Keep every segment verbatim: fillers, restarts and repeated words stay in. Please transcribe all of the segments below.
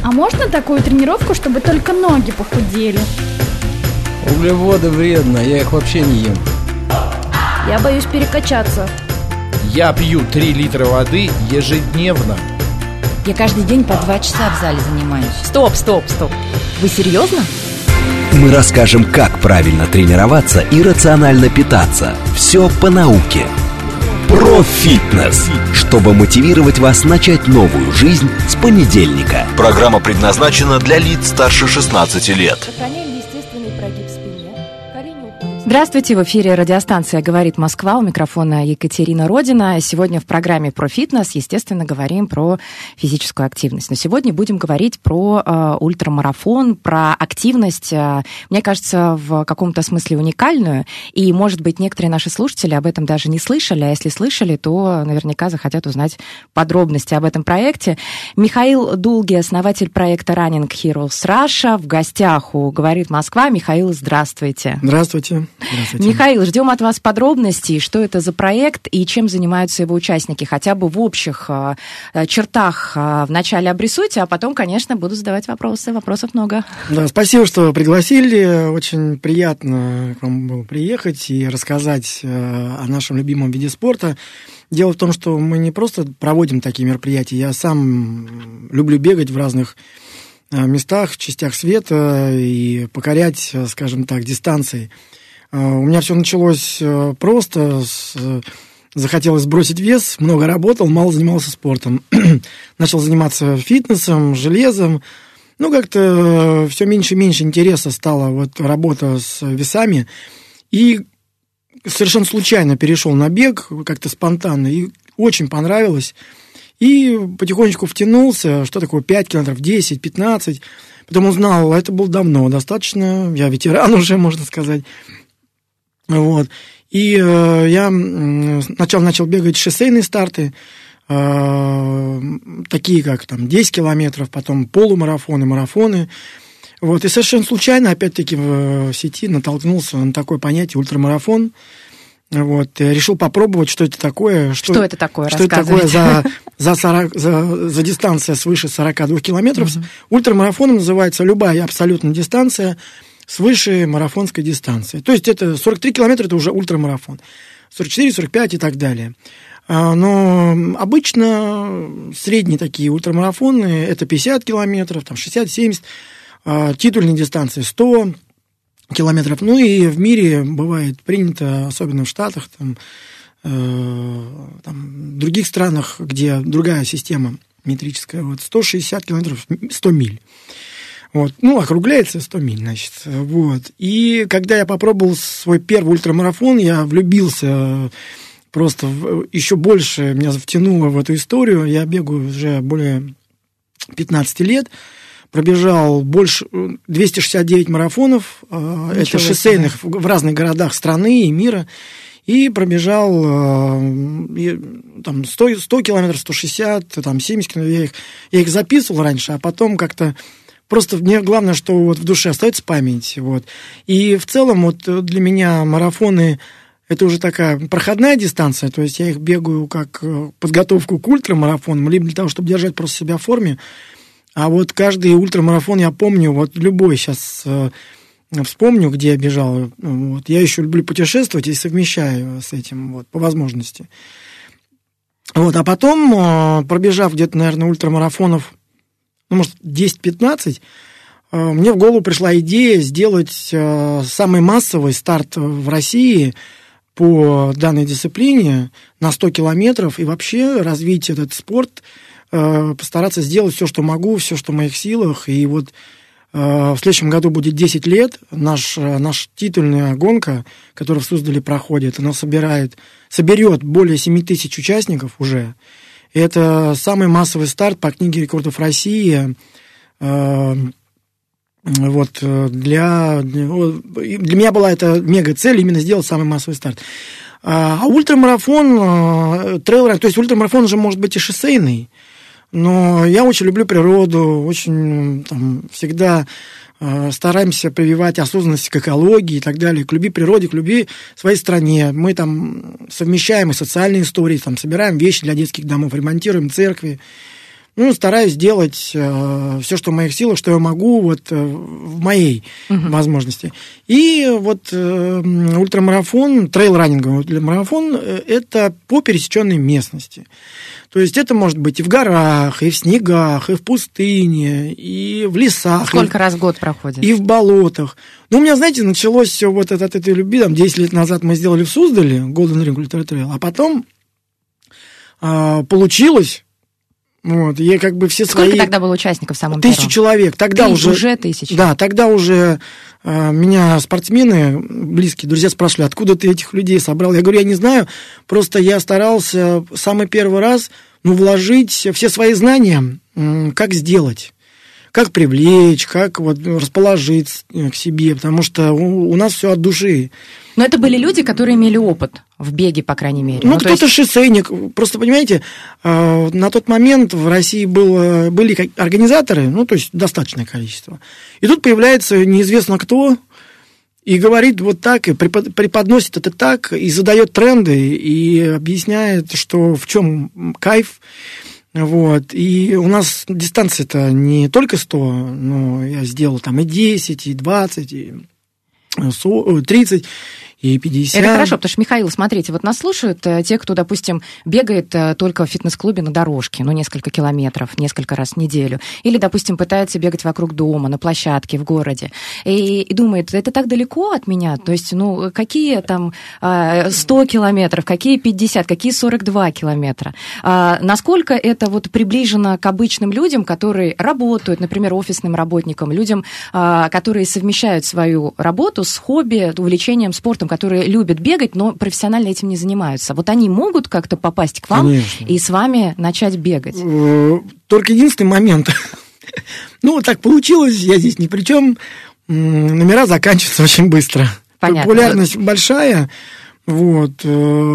А можно такую тренировку, чтобы только ноги похудели? Углеводы вредно, я их вообще не ем. Я боюсь перекачаться. Я пью три литра воды ежедневно. Я каждый день по два часа в зале занимаюсь. Стоп, стоп, стоп. Вы серьезно? Мы расскажем, как правильно тренироваться и рационально питаться. Все по науке. Про-фитнес, чтобы мотивировать вас начать новую жизнь с понедельника. Программа предназначена для лиц старше шестнадцати лет. Сохраняем естественный прогиб в спине. Колени уходят. Здравствуйте, в эфире радиостанция «Говорит Москва», у микрофона Екатерина Родина. Сегодня в программе про фитнес, естественно, говорим про физическую активность. Но сегодня будем говорить про э, ультрамарафон, про активность, э, мне кажется, в каком-то смысле уникальную. И, может быть, некоторые наши слушатели об этом даже не слышали, а если слышали, то наверняка захотят узнать подробности об этом проекте. Михаил Дулги, основатель проекта Running Heroes Russia, в гостях у «Говорит Москва». Михаил, здравствуйте. Здравствуйте. Здравствуйте. Михаил, ждем от вас подробностей, что это за проект и чем занимаются его участники. Хотя бы в общих э, чертах э, вначале обрисуйте, а потом, конечно, буду задавать вопросы. Вопросов много. Да, спасибо, что пригласили. Очень приятно к вам было приехать и рассказать э, о нашем любимом виде спорта. Дело в том, что мы не просто проводим такие мероприятия. Я сам люблю бегать в разных местах, в частях света и покорять, скажем так, дистанции. У меня все началось просто, с... захотелось сбросить вес, много работал, мало занимался спортом. Начал заниматься фитнесом, железом. Ну, как-то все меньше и меньше интереса стала вот работа с весами. И совершенно случайно перешел на бег, как-то спонтанно, и очень понравилось. И потихонечку втянулся, что такое пять километров, десять, пятнадцать. Потом узнал, это было давно достаточно, я ветеран уже, можно сказать. Вот. И э, я начал, начал бегать шоссейные старты, э, такие как там десять километров, потом полумарафоны, марафоны. Вот. И совершенно случайно, опять-таки, в сети натолкнулся на такое понятие ультрамарафон. Вот. И решил попробовать, что это такое. Что, что это такое? Что это такое за, за, сорок, за, за дистанция свыше сорока двух километров. Угу. Ультрамарафоном называется любая абсолютно дистанция свыше марафонской дистанции. То есть это сорок три километра, это уже ультрамарафон. сорок четыре, сорок пять и так далее. Но обычно средние такие ультрамарафоны это пятьдесят километров, там шестьдесят, семьдесят, титульные дистанции сто километров. Ну и в мире бывает принято, особенно в Штатах, там, э, там, в других странах, где другая система метрическая, вот сто шестьдесят километров, сто миль. Вот. Ну, округляется сто миль, значит. Вот. И когда я попробовал свой первый ультрамарафон, я влюбился просто в, еще больше, меня втянуло в эту историю. Я бегаю уже более пятнадцать лет. Пробежал больше двести шестьдесят девять марафонов, Ничего это шоссейных себе. В разных городах страны и мира, и пробежал там, сто, сто километров, сто шестьдесят, там, семьдесят километров, я их, я их записывал раньше, а потом как-то просто мне главное, что вот в душе остается память. Вот. И в целом вот для меня марафоны это уже такая проходная дистанция, то есть я их бегаю как подготовку к ультрамарафонам, либо для того, чтобы держать просто себя в форме. А вот каждый ультрамарафон я помню, вот любой сейчас э, вспомню, где я бежал. Вот. Я еще люблю путешествовать и совмещаю с этим вот, по возможности. Вот. А потом, э, пробежав где-то, наверное, ультрамарафонов, ну, может, десять-пятнадцать, э, мне в голову пришла идея сделать э, самый массовый старт в России по данной дисциплине на сто километров и вообще развить этот спорт, постараться сделать все, что могу, все, что в моих силах. И вот э, в следующем году будет десять лет. Наш, наша титульная гонка, которую в Суздале проходит, она собирает, соберет более семь тысяч участников уже. И это самый массовый старт по книге рекордов России. Э, вот, для, для меня была это мега-цель именно сделать самый массовый старт. А ультрамарафон, трейл, то есть ультрамарафон же может быть и шоссейный. Но я очень люблю природу, очень там, всегда э, стараемся прививать осознанность к экологии и так далее, к любви к природе, к любви к своей стране. Мы там совмещаем и социальные истории, там, собираем вещи для детских домов, ремонтируем церкви, ну, стараюсь делать э, все, что в моих силах, что я могу вот э, в моей uh-huh. возможности. И вот э, ультрамарафон, трейл-раннинговый ультрамарафон, э, это по пересеченной местности. То есть это может быть и в горах, и в снегах, и в пустыне, и в лесах. Сколько и, раз в год проходит? И в болотах. Ну, у меня, знаете, началось все вот это, от этой любви. Там десять лет назад мы сделали в Суздале Golden Ring Ultra Trail, а потом э, получилось. Вот, я как бы все Сколько свои... тогда было участников в самом Тысячу первом? человек. Тогда Тысяч, уже... Уже тысяча. Да, тогда уже э, меня спортсмены, близкие друзья спрашивали, откуда ты этих людей собрал? Я говорю, я не знаю, просто я старался самый первый раз ну, вложить все свои знания, э, как сделать, как привлечь, как вот расположить к себе, потому что у, у нас все от души. Но это были люди, которые имели опыт в беге, по крайней мере. Ну, ну кто-то есть... шоссейник. Просто, понимаете, на тот момент в России было, были организаторы, ну, то есть достаточное количество. И тут появляется неизвестно кто и говорит вот так, и преподносит это так, и задает тренды, и объясняет, что в чем кайф. Вот. И у нас дистанция-то не только сто, но я сделал там и десять, и двадцать, и тридцать, и пятьдесят. Это хорошо, потому что, Михаил, смотрите, вот нас слушают те, кто, допустим, бегает только в фитнес-клубе на дорожке, ну, несколько километров, несколько раз в неделю, или, допустим, пытается бегать вокруг дома, на площадке, в городе, и, и думает, это так далеко от меня, то есть, ну, какие там сто километров, какие пятьдесят, какие сорок два километра, а насколько это вот приближено к обычным людям, которые работают, например, офисным работникам, людям, которые совмещают свою работу с хобби, увлечением спортом, которые любят бегать, но профессионально этим не занимаются. Вот они могут как-то попасть к вам Конечно. И с вами начать бегать? Только единственный момент. Ну, так получилось, я здесь ни при чем. Номера заканчиваются очень быстро. Понятно. Популярность большая. Вот.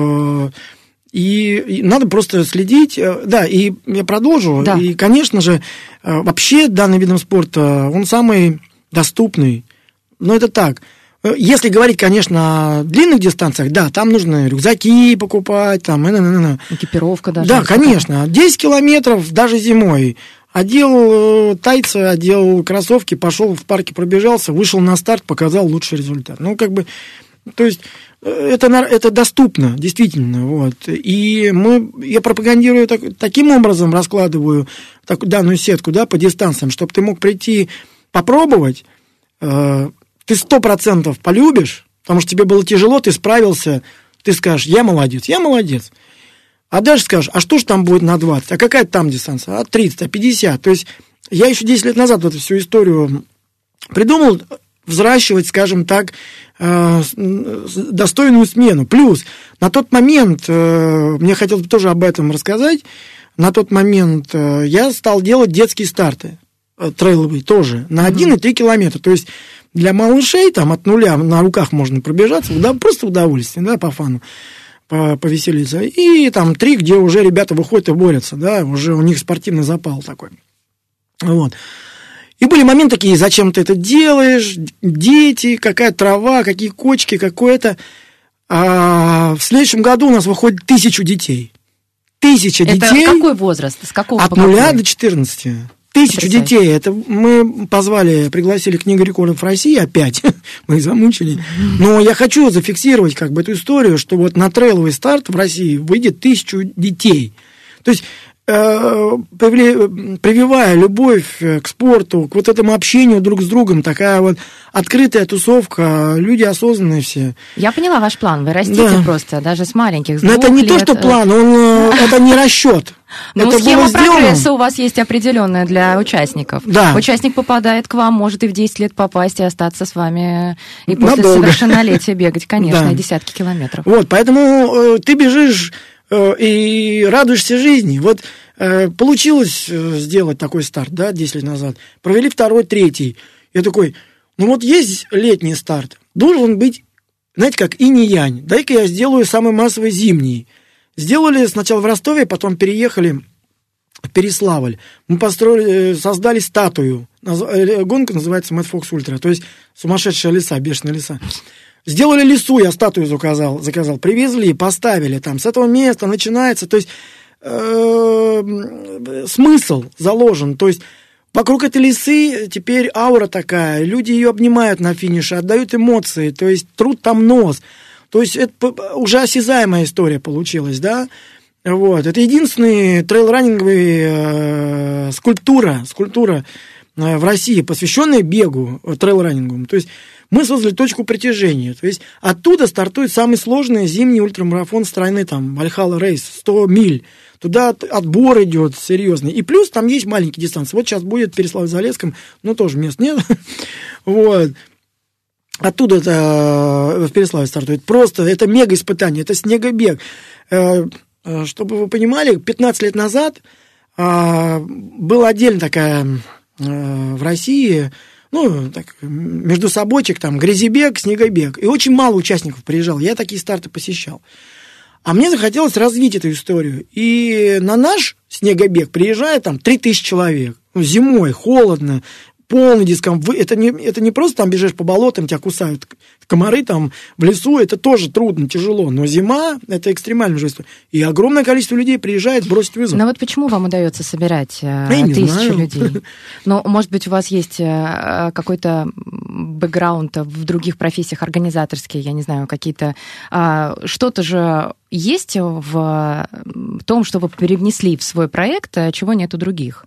И, и надо просто следить. Да, и я продолжу. Да. И, конечно же, вообще данный вид спорта, он самый доступный. Но это так. Если говорить, конечно, о длинных дистанциях, да, там нужно рюкзаки покупать, там, экипировка даже. Да, конечно, десять километров даже зимой. Одел тайцы, одел кроссовки, пошел в парке, пробежался, вышел на старт, показал лучший результат. Ну, как бы, то есть, это, это доступно, действительно, вот. И мы, я пропагандирую так, таким образом, раскладываю так, данную сетку, да, по дистанциям, чтобы ты мог прийти попробовать, ты сто процентов полюбишь, потому что тебе было тяжело, ты справился, ты скажешь, я молодец, я молодец. А дальше скажешь, а что же там будет на двадцать, а какая там дистанция, а тридцать, а пятьдесят. То есть я еще десять лет назад эту всю историю придумал взращивать, скажем так, достойную смену. Плюс на тот момент, мне хотелось бы тоже об этом рассказать, на тот момент я стал делать детские старты, трейловые тоже, на один и три километра. То есть для малышей там от нуля на руках можно пробежаться, да, просто в удовольствие, да, по фану, по, повеселиться. И там три, где уже ребята выходят и борются, да, уже у них спортивный запал такой. Вот. И были моменты такие, зачем ты это делаешь, дети, какая трава, какие кочки, какое-то. А в следующем году у нас выходит тысячу детей. Тысяча это детей. Это какой возраст? С какого от нуля до четырнадцати. Тысячу детей. Это мы позвали, пригласили Книгу рекордов России опять. Мы их замучили. Но я хочу зафиксировать как бы эту историю, что вот на трейловый старт в России выйдет тысячу детей. То есть прививая любовь к спорту, к вот этому общению друг с другом, такая вот открытая тусовка, люди осознанные все. Я поняла ваш план, вы растите да. просто, даже с маленьких, с Но это не лет... то, что план, он, это не расчет. Ну, схема прогресса у вас есть определенная для участников. Да. Участник попадает к вам, может и в десять лет попасть и остаться с вами, и после Надолго. Совершеннолетия бегать, конечно, да. и десятки километров. Вот, поэтому э, ты бежишь э, и радуешься жизни. Вот э, получилось сделать такой старт, да, десять лет назад. Провели второй, третий. Я такой, ну вот есть летний старт, должен быть, знаете, как инь-янь. Дай-ка я сделаю самый массовый зимний. Сделали сначала в Ростове, потом переехали в Переславль. Мы построили, создали статую. Гонка называется Mad Fox Ultra, то есть сумасшедшие леса, бешеные леса. Сделали лесу, я статую заказал, заказал, привезли, поставили там. С этого места начинается. То есть э, смысл заложен. То есть вокруг этой лисы теперь аура такая, люди ее обнимают на финише, отдают эмоции, то есть труд там нос. То есть это уже осязаемая история получилась, да? Вот. Это единственная трейл-раннинговая э, скульптура, скульптура э, в России, посвященная бегу, э, трейл-раннингу. То есть мы создали точку притяжения. То есть оттуда стартует самый сложный зимний ультрамарафон страны, там, Вальхалла Рейс, сто миль. Туда отбор идет серьезный. И плюс там есть маленькие дистанции. Вот сейчас будет в Переславле-Залесском, ну, тоже мест нет. Вот. Оттуда это в Переславле стартует. Просто это мега-испытание, это снегобег. Чтобы вы понимали, пятнадцать лет назад была отдельно такая в России, ну, так, между собойчик, там, грязебег, снегобег. И очень мало участников приезжало. Я такие старты посещал. А мне захотелось развить эту историю. И на наш снегобег приезжает там три тысячи человек. Ну, зимой, холодно, полный дискомфорт. Это не, это не просто там бежишь по болотам, тебя кусают комары там в лесу. Это тоже трудно, тяжело. Но зима – это экстремальная жизнь. И огромное количество людей приезжает бросить вызов. Но вот почему вам удается собирать Я тысячу людей? Ну, может быть, у вас есть какой-то бэкграунд в других профессиях, организаторские, я не знаю, какие-то... Что-то же есть в том, что вы перевнесли в свой проект, чего нет у других?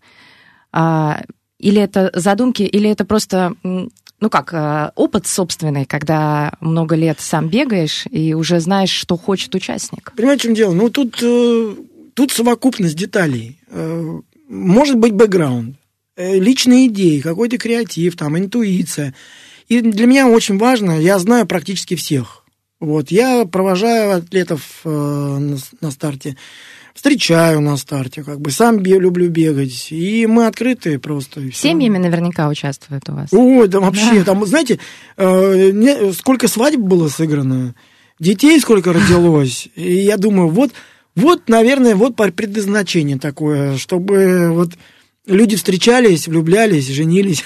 Или это задумки, или это просто, ну как, опыт собственный, когда много лет сам бегаешь и уже знаешь, что хочет участник? Понимаете, в чем дело? Ну, тут, тут совокупность деталей. Может быть, бэкграунд, личные идеи, какой-то креатив, там, интуиция. И для меня очень важно, я знаю практически всех. Вот, я провожаю атлетов на, на старте, встречаю на старте, как бы сам бе- люблю бегать, и мы открытые просто. Семьями наверняка участвуют у вас. Ой, да вообще, да. Там, знаете, э, не, сколько свадеб было сыграно, детей сколько родилось, и я думаю, вот, вот, наверное, вот предназначение такое, чтобы вот люди встречались, влюблялись, женились,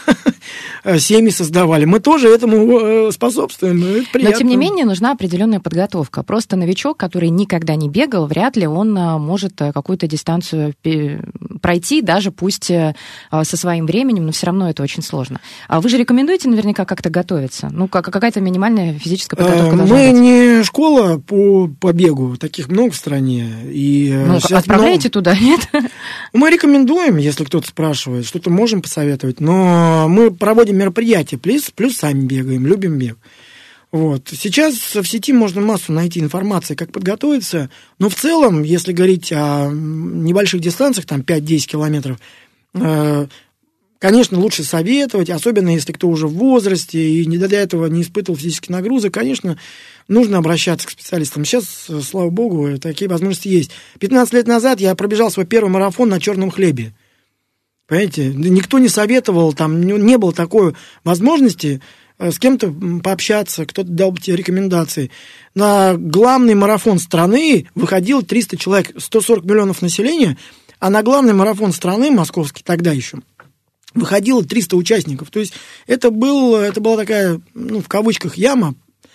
семьи создавали. Мы тоже этому способствуем. Это приятно. Но, тем не менее, нужна определенная подготовка. Просто новичок, который никогда не бегал, вряд ли он может какую-то дистанцию пройти, даже пусть со своим временем, но все равно это очень сложно. А вы же рекомендуете наверняка как-то готовиться? Ну, какая-то минимальная физическая подготовка Мы должна быть. не школа по, по бегу, таких много в стране. И ну, отправляете много... туда, нет? Мы рекомендуем, если кто-то спрашивает, что-то можем посоветовать, но мы проводим мероприятия, плюс, плюс сами бегаем, любим бег. Вот. Сейчас в сети можно массу найти информации, как подготовиться, но в целом, если говорить о небольших дистанциях, там пять-десять километров, э, конечно, лучше советовать, особенно если кто уже в возрасте и не до этого не испытывал физических нагрузок, конечно, нужно обращаться к специалистам. Сейчас, слава богу, такие возможности есть. пятнадцать лет назад я пробежал свой первый марафон на черном хлебе. Понимаете, никто не советовал, там не было такой возможности с кем-то пообщаться, кто-то дал бы тебе рекомендации. На главный марафон страны выходило триста человек, сто сорок миллионов населения, а на главный марафон страны, московский, тогда еще, выходило триста участников. То есть это, был, это была такая, ну, в кавычках, яма.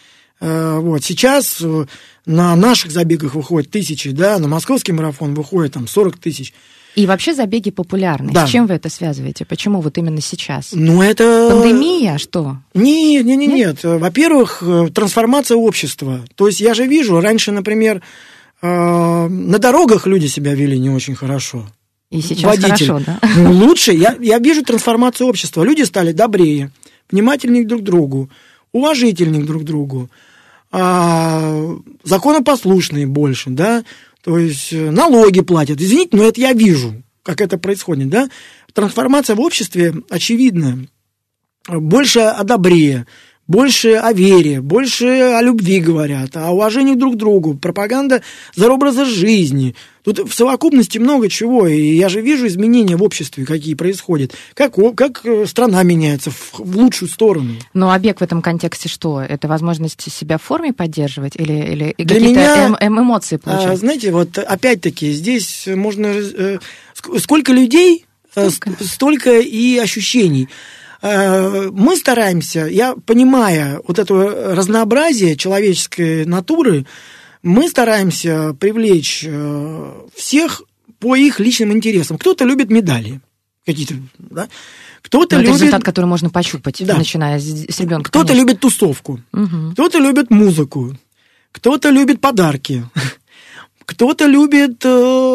Вот. Сейчас на наших забегах выходит тысячи, да, на московский марафон выходит там сорок тысяч. И вообще забеги популярны. Да. С чем вы это связываете? Почему вот именно сейчас? Ну, это... Пандемия, что? Нет, нет, нет, нет. Во-первых, трансформация общества. То есть я же вижу, раньше, например, на дорогах люди себя вели не очень хорошо. И сейчас Водитель. Хорошо, да? Ну, лучше. Я, я вижу трансформацию общества. Люди стали добрее, внимательнее друг к другу, уважительнее друг к другу, а, законопослушные больше, да. То есть налоги платят. Извините, но это я вижу, как это происходит, да? Трансформация в обществе очевидна. Больше о добре, больше о вере, больше о любви говорят, о уважении друг к другу, пропаганда за образа жизни. Тут в совокупности много чего, и я же вижу изменения в обществе, какие происходят, как, как страна меняется в, в лучшую сторону. Ну, а бег в этом контексте что? Это возможность себя в форме поддерживать или, или Для какие-то меня, эм, эм, эмоции получать? А, знаете, вот опять-таки здесь можно... Э, сколько людей, столько. Э, столько и ощущений. Мы стараемся, я понимая вот это разнообразие человеческой натуры, мы стараемся привлечь всех по их личным интересам. Кто-то любит медали какие-то, да? Кто-то Но любит... это результат, который можно пощупать, да. начиная с, с ребенка. Кто-то конечно. любит тусовку, угу. кто-то любит музыку, кто-то любит подарки, кто-то любит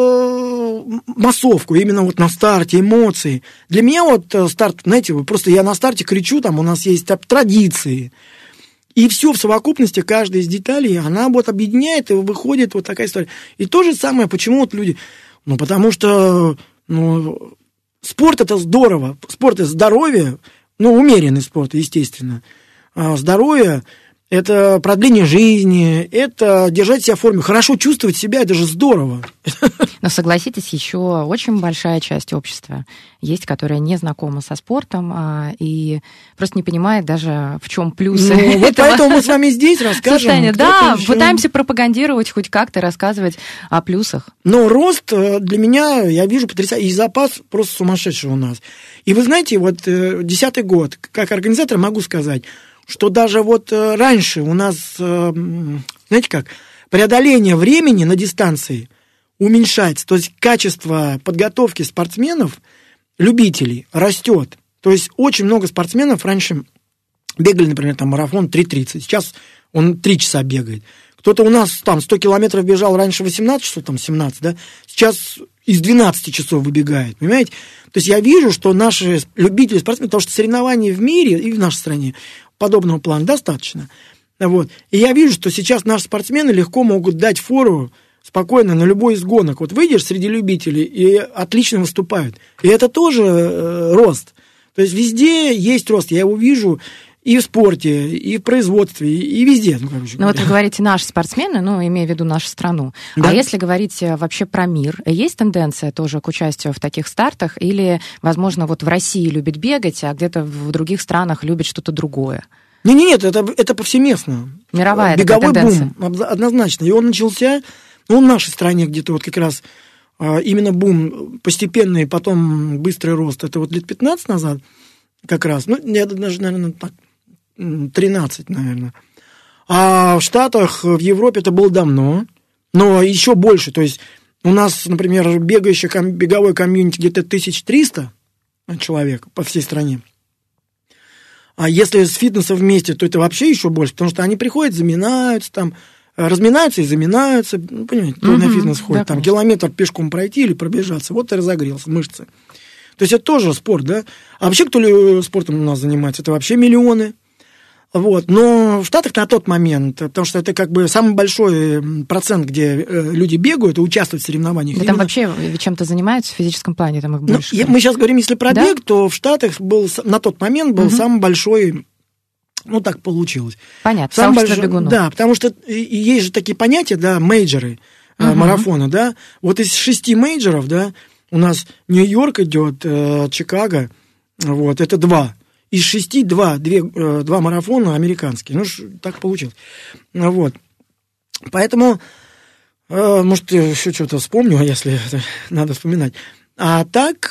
э, массовку, именно вот на старте, эмоции. Для меня вот старт, знаете, просто я на старте кричу, там у нас есть традиции. И все в совокупности, каждая из деталей, она вот объединяет, и выходит вот такая история. И то же самое, почему вот люди... Ну, потому что... Ну, спорт – это здорово. Спорт – это здоровье. Ну, умеренный спорт, естественно. А здоровье – это продление жизни, это держать себя в форме. Хорошо чувствовать себя – это же здорово. Но согласитесь, еще очень большая часть общества есть, которая не знакома со спортом а, и просто не понимает даже, в чем плюсы. Ну, вот поэтому мы с вами здесь расскажем. Состояние. Да, еще... пытаемся пропагандировать хоть как-то, рассказывать о плюсах. Но рост для меня, я вижу, потрясающий. И запас просто сумасшедший у нас. И вы знаете, вот десятый год, как организатор могу сказать, что даже вот раньше у нас, знаете как, преодоление времени на дистанции уменьшается, то есть качество подготовки спортсменов, любителей, растет. То есть очень много спортсменов раньше бегали, например, там марафон три тридцать, сейчас он три часа бегает. Кто-то у нас там сто километров бежал раньше восемнадцать часов, там семнадцать, да, сейчас из двенадцати часов выбегает, понимаете? То есть я вижу, что наши любители спортсменов, потому что соревнований в мире и в нашей стране подобного плана достаточно. Вот. И я вижу, что сейчас наши спортсмены легко могут дать фору спокойно на любой из гонок. Вот выйдешь среди любителей и отлично выступают. И это тоже э, рост. То есть везде есть рост. Я его вижу и в спорте, и в производстве, и везде. Ну, короче, ну вот вы говорите наши спортсмены, ну, имея в виду нашу страну. Да. А если говорить вообще про мир, есть тенденция тоже к участию в таких стартах? Или, возможно, вот в России любят бегать, а где-то в других странах любят что-то другое? Нет, нет, нет, это, это повсеместно. Мировая беговой такая тенденция. Бум, однозначно. И он начался, ну, в нашей стране где-то вот как раз именно бум постепенный, потом быстрый рост. Это вот лет пятнадцать назад как раз. Ну, я даже, наверное, так, тринадцать, наверное. А в Штатах, в Европе это было давно, но еще больше. То есть у нас, например, бегающих беговой комьюнити где-то тысяча триста человек по всей стране. А если с фитнесом вместе, то это вообще еще больше, потому что они приходят, заминаются, там, разминаются и заминаются. Ну, понимаете, кто mm-hmm, на фитнес ходит, да, там километр пешком пройти или пробежаться, вот и разогрелся, мышцы. То есть это тоже спорт, да? А вообще, кто спортом у нас занимается, это вообще миллионы. Вот. Но в Штатах на тот момент, потому что это как бы самый большой процент, где люди бегают и участвуют в соревнованиях. Да там вообще чем-то занимаются в физическом плане, там их больше. Ну, мы сейчас говорим, если про да? бег, то в Штатах был, на тот момент был угу. самый большой, ну так получилось. Понятно, самый сообщество большой, бегунов. Да, потому что есть же такие понятия, да, мейджоры, угу. марафона, да. Вот из шести мейджоров, да, у нас Нью-Йорк идет, Чикаго, вот, это два. Из шести два, две, два марафона американские. Ну, так получилось. Вот. Поэтому, может, еще что-то вспомню, если надо вспоминать. А так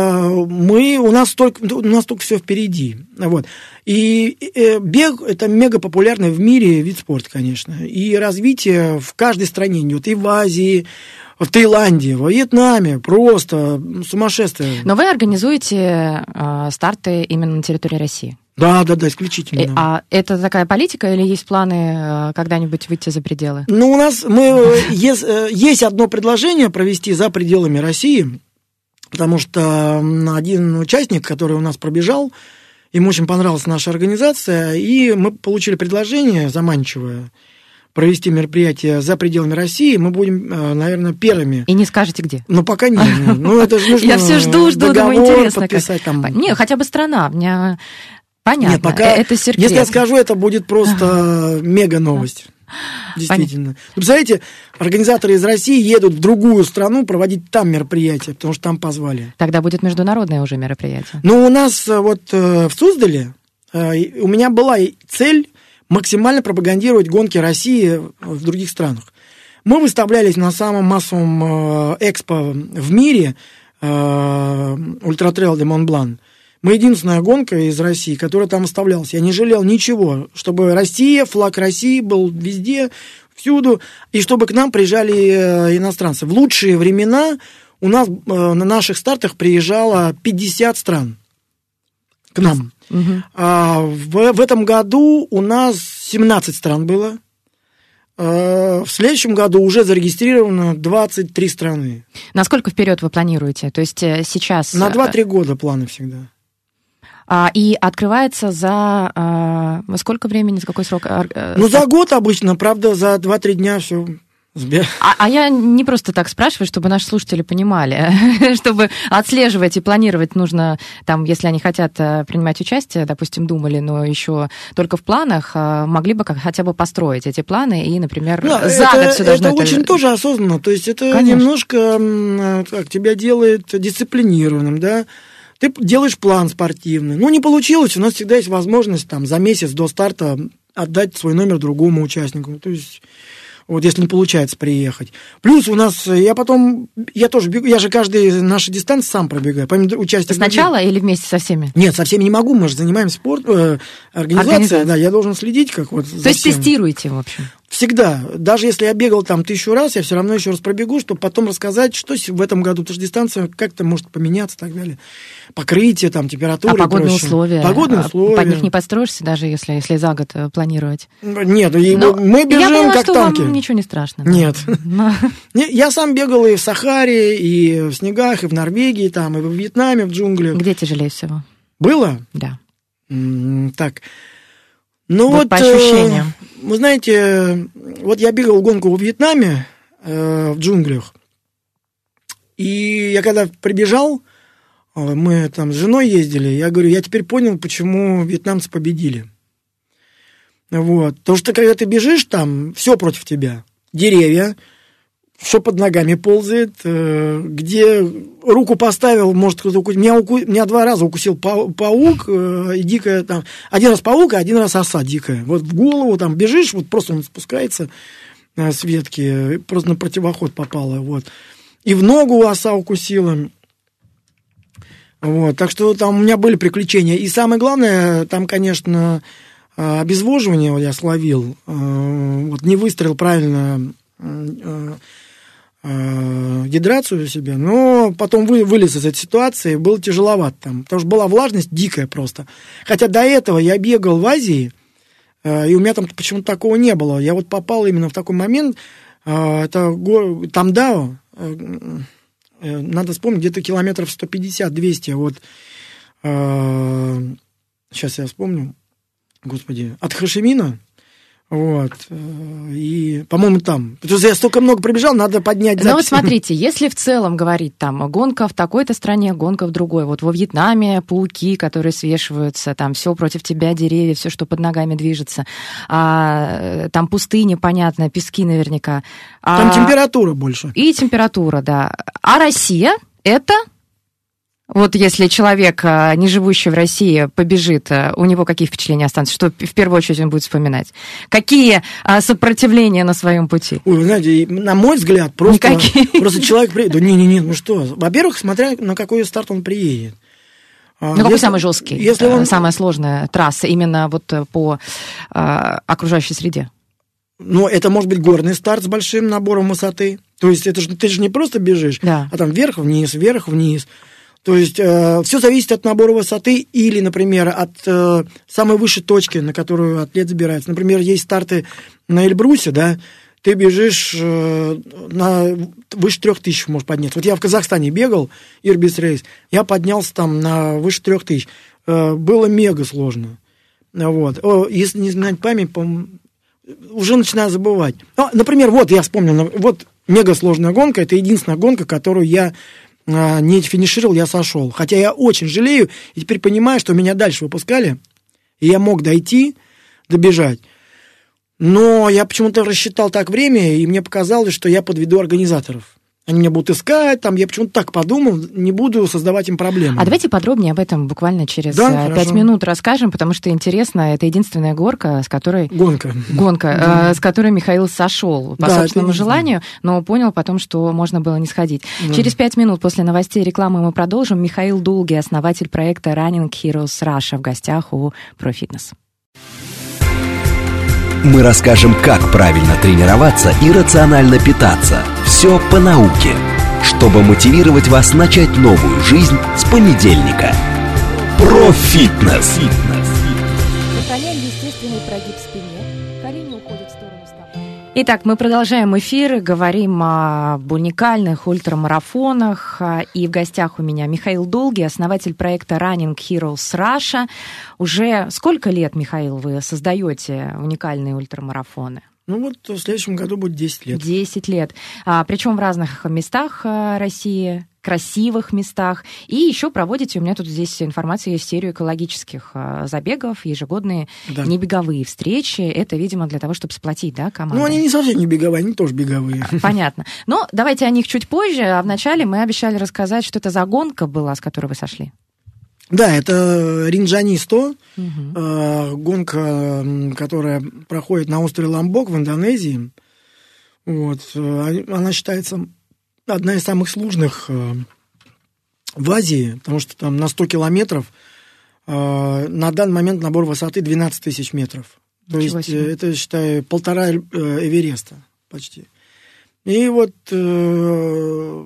мы, у нас только, у нас только все впереди. Вот. И бег – это мега популярный в мире вид спорта, конечно. И развитие в каждой стране идет. И в Азии, в Таиланде, во Вьетнаме, просто сумасшествие. Но вы организуете э, старты именно на территории России? Да, да, да, исключительно. И, а это такая политика или есть планы э, когда-нибудь выйти за пределы? Ну, у нас мы, есть, есть одно предложение провести за пределами России, потому что один участник, который у нас пробежал, ему очень понравилась наша организация, и мы получили предложение заманчивое провести мероприятие за пределами России. Мы будем, наверное, первыми. И не скажете, где? Ну, пока нет. Ну, это же нужно я все жду, жду, думаю, интересно. Подписать, там. Не, хотя бы страна. Мне понятно. Нет, пока, это секрет. если я скажу, это будет просто мега новость. Действительно. Вы представляете, организаторы из России едут в другую страну проводить там мероприятия, потому что там позвали. Тогда будет международное уже мероприятие. Ну, у нас вот в Суздале у меня была цель максимально пропагандировать гонки России в других странах. Мы выставлялись на самом массовом экспо в мире Ультра Трейл де Монблан. Мы единственная гонка из России, которая там выставлялась. Я не жалел ничего, чтобы Россия, флаг России был везде, всюду, и чтобы к нам приезжали иностранцы. В лучшие времена у нас э, на наших стартах приезжало пятьдесят стран к нам. Угу. А в, в этом году у нас семнадцать стран было. В следующем году уже зарегистрировано двадцать три страны. Насколько вперед вы планируете? То есть сейчас... На два-три года планы всегда. А, и открывается за а, сколько времени, за какой срок? Ну, за год обычно, правда, за два-три дня все... А, а я не просто так спрашиваю, чтобы наши слушатели понимали, чтобы отслеживать и планировать нужно, там, если они хотят принимать участие, допустим, думали, но еще только в планах, могли бы как, хотя бы построить эти планы и, например, да, за это, год все должно... Это очень тоже осознанно, то есть это Конечно. немножко как, тебя делает дисциплинированным, да, ты делаешь план спортивный, ну, не получилось, у нас всегда есть возможность там за месяц до старта отдать свой номер другому участнику, то есть... Вот если не получается приехать. Плюс у нас, я потом, я тоже бегу, я же каждый наши дистанции сам пробегаю. Помимо участия Сначала в... или вместе со всеми? Нет, со всеми не могу, мы же занимаемся спорт, э, организацией, Организация. Да, я должен следить как вот. То есть всем. Тестируете, в общем? Всегда. Даже если я бегал там тысячу раз, я все равно еще раз пробегу, чтобы потом рассказать, что в этом году, потому что дистанция как-то может поменяться и так далее. Покрытие, там, температура. А погодные условия? Погодные условия. Под них не подстроишься, даже если, если за год планировать? Нет, Но мы бежим я поняла, как что танки. Вам ничего не страшно. Да? Нет. Но... Я сам бегал и в Сахаре, и в снегах, и в Норвегии, там, и во Вьетнаме, в джунглях. Где тяжелее всего? Было? Да. М-м, так. Ну вот, вот по ощущениям. Э, вы знаете, вот я бегал гонку во Вьетнаме, э, в джунглях, и я когда прибежал, мы там с женой ездили, я говорю, я теперь понял, почему вьетнамцы победили. Вот. Потому что когда ты бежишь, там все против тебя. Деревья, что под ногами ползает, э, где руку поставил, может кто-то укусить. Меня, уку... Меня два раза укусил пау... паук, э, и дикая там... Один раз паук, а один раз оса дикая. Вот в голову там бежишь, вот просто он спускается э, с ветки, просто на противоход попала, вот. И в ногу оса укусила. Вот, так что там у меня были приключения. И самое главное, там, конечно, обезвоживание вот я словил. Вот не выстроил правильно гидрацию себе, но потом вы, вылез из этой ситуации, было тяжеловато там, потому что была влажность дикая просто. Хотя до этого я бегал в Азии, и у меня там почему-то такого не было. Я вот попал именно в такой момент, это Тамдао, надо вспомнить, где-то километров сто пятьдесят-двести, вот, сейчас я вспомню, господи, от Хошимина. Вот, и, по-моему, там. Потому что я столько много пробежал, надо поднять запись. Ну вот смотрите, если в целом говорить, там, гонка в такой-то стране, гонка в другой, вот во Вьетнаме пауки, которые свешиваются, там, все против тебя, деревья, все, что под ногами движется, а, там пустыня, понятно, пески наверняка. Там а, температура больше. И температура, да. А Россия — это... Вот если человек, не живущий в России, побежит, у него какие впечатления останутся? Что в первую очередь он будет вспоминать? Какие сопротивления на своем пути? Ой, вы знаете, на мой взгляд, просто, просто человек приедет. Да не-не-не, ну что? Во-первых, смотря на какой старт он приедет. Ну, какой если, самый жесткий, если он... самая сложная трасса именно вот по а, окружающей среде? Ну, это может быть горный старт с большим набором высоты. То есть это же, ты же не просто бежишь, да. а там вверх-вниз, вверх-вниз. То есть э, все зависит от набора высоты или, например, от э, самой высшей точки, на которую атлет забирается. Например, есть старты на Эльбрусе, да, ты бежишь э, на выше трех тысяч, можешь подняться. Вот я в Казахстане бегал, Ирбис Рейс, я поднялся там на выше трех тысяч. Э, было мега сложно. Вот. О, если не знать память, по уже начинаю забывать. Ну, например, вот я вспомнил, вот мега сложная гонка, это единственная гонка, которую я не финишировал, я сошел. Хотя я очень жалею, и теперь понимаю, что меня дальше выпускали, и я мог дойти, добежать. Но я почему-то рассчитал так время, и мне показалось, что я подведу организаторов. Они меня будут искать, там, я почему-то так подумал, не буду создавать им проблемы. А давайте подробнее об этом буквально через да, пять минут расскажем, потому что интересно, это единственная горка, с которой... Гонка. Гонка, да. э, с которой Михаил сошел по да, собственному желанию, но понял потом, что можно было не сходить. Да. Через пять минут после новостей и рекламы мы продолжим. Михаил Дулги, основатель проекта Running Heroes Russia, в гостях у ProFitness. Мы расскажем, как правильно тренироваться и рационально питаться. Все по науке. чтобы мотивировать вас начать новую жизнь с понедельника. Профитнес. Сохраняем естественный прогиб в спине. Колени уходят в сторону стопы. Итак, мы продолжаем эфир, говорим об уникальных ультрамарафонах. И в гостях у меня Михаил Долгий, основатель проекта Running Heroes Russia. Уже сколько лет, Михаил, вы создаете уникальные ультрамарафоны? Ну вот в следующем году будет десять лет. десять лет. А, причем в разных местах России, красивых местах. И еще проводите, у меня тут здесь информация есть, серию экологических забегов, ежегодные, да. Небеговые встречи. Это, видимо, для того, чтобы сплотить, да, команду? Ну, они не совсем не беговые, они тоже беговые. Понятно. Но давайте о них чуть позже. А вначале мы обещали рассказать, что это за гонка была, с которой вы сошли. Да, это Ринджани сто, угу. э, гонка, которая проходит на острове Ламбок в Индонезии. Вот, э, она считается одна из самых сложных э, в Азии, потому что там на сто километров э, на данный момент набор высоты двенадцать тысяч метров. То Ничего есть себе. это, считай, полтора э, Эвереста почти. И вот... Э,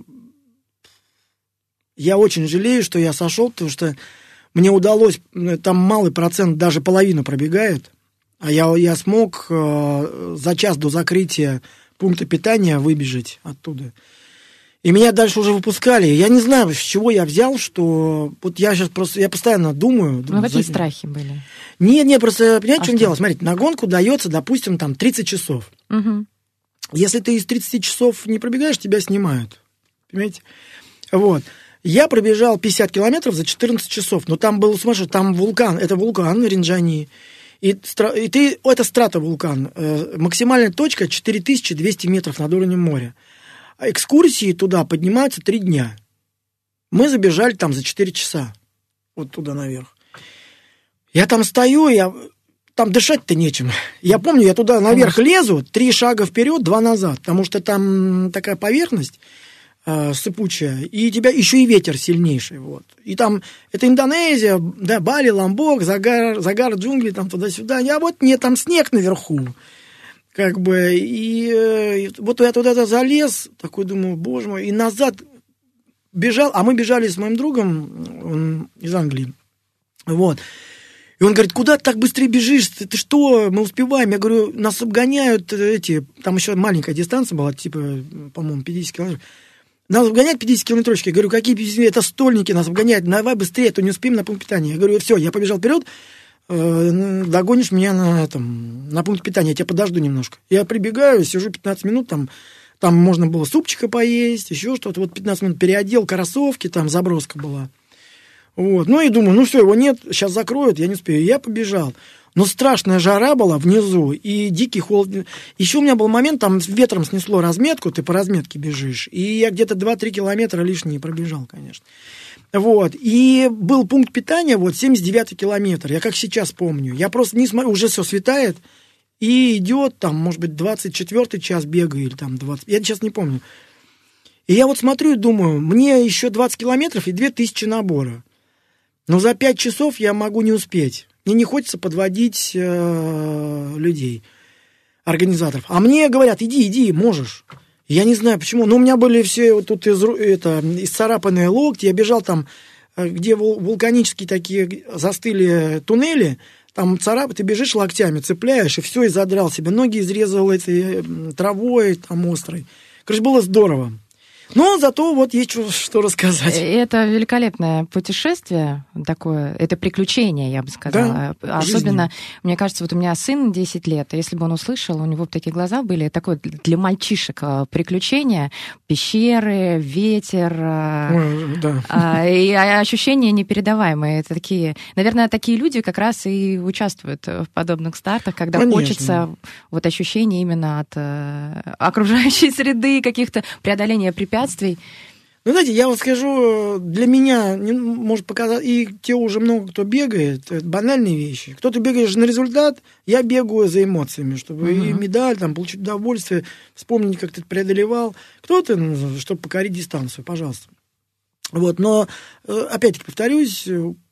Я очень жалею, что я сошел, потому что мне удалось, там малый процент, даже половину пробегает, а я, я смог э, за час до закрытия пункта питания выбежать оттуда. И меня дальше уже выпускали. Я не знаю, с чего я взял, что... Вот я сейчас просто... Я постоянно думаю... Ну, думаю, какие за... страхи были? Нет, нет, просто... Понимаете, А в чем что? дело? Смотрите, на гонку дается, допустим, там тридцать часов. Угу. Если ты из тридцати часов не пробегаешь, тебя снимают. Понимаете? Вот. Я пробежал пятьдесят километров за четырнадцать часов, но там был сумасшедший, там вулкан, это вулкан Ринджани, и, и ты, это стратовулкан, э, максимальная точка четыре тысячи двести метров над уровнем моря. А экскурсии туда поднимаются три дня. Мы забежали там за четыре часа, вот туда наверх. Я там стою, я... там дышать-то нечем. Я помню, я туда наверх лезу, три шага вперед, два назад, потому что там такая поверхность, сыпучая, и тебя еще и ветер сильнейший, вот. И там, это Индонезия, да, Бали, Ламбок, загар, загар джунгли, там туда-сюда, а вот нет, там снег наверху, как бы, и, и вот я туда залез, такой думаю, боже мой, и назад бежал, а мы бежали с моим другом, он из Англии, вот. И он говорит, куда ты так быстрее бежишь? Ты, ты что? Мы успеваем. Я говорю, нас обгоняют эти... Там еще маленькая дистанция была, типа, по-моему, пятьдесят километров. Нас обгоняют пятьдесят километровочки. Я говорю, какие пятьдесят? Это стольники нас обгоняют. Давай быстрее, а то не успеем на пункт питания. Я говорю, все, я побежал вперед. Э, догонишь меня на, там, на пункт питания. Я тебя подожду немножко. Я прибегаю, сижу пятнадцать минут. Там, там можно было супчика поесть, еще что-то. Вот пятнадцать минут переодел, кроссовки, там заброска была. Вот. Ну и думаю, ну все, его нет, сейчас закроют, я не успею. Я побежал. Но страшная жара была внизу, и дикий холод. Еще у меня был момент, там ветром снесло разметку, ты по разметке бежишь, и я где-то два-три километра лишние пробежал, конечно. Вот. И был пункт питания, вот, семьдесят девятый километр, я как сейчас помню. Я просто не смотрю, уже все светает, и идет, там, может быть, двадцать четвёртый час бега, или там двадцать, я сейчас не помню. И я вот смотрю и думаю, мне еще двадцать километров и две тысячи набора. Но за пять часов я могу не успеть. Мне не хочется подводить э, людей, организаторов. А мне говорят, иди, иди, можешь. Я не знаю почему, но у меня были все вот тут из, это, исцарапанные локти. Я бежал там, где вулканические такие застыли туннели. Там царап, ты бежишь локтями, цепляешь, и все, и задрал себе. Ноги изрезал этой травой там острой. Короче, было здорово. Но зато вот есть что, что рассказать. Это великолепное путешествие такое, это приключение, я бы сказала. Да, особенно, жизнь. Мне кажется, вот у меня сын десять лет, и если бы он услышал, у него бы такие глаза были, такое для мальчишек приключение, пещеры, ветер, Ой, да. и ощущения непередаваемые. Это такие, наверное, такие люди как раз и участвуют в подобных стартах, когда Конечно. Хочется вот ощущения именно от окружающей среды, каких-то преодоления препятствий. Ну, знаете, я вот скажу, для меня, может показать, и те уже много кто бегает, это банальные вещи. Кто-то бегает на результат, я бегаю за эмоциями, чтобы uh-huh. и медаль, там, получить удовольствие, вспомнить, как ты это преодолевал. Кто-то, ну, чтобы покорить дистанцию, пожалуйста. Вот, но, опять-таки, повторюсь,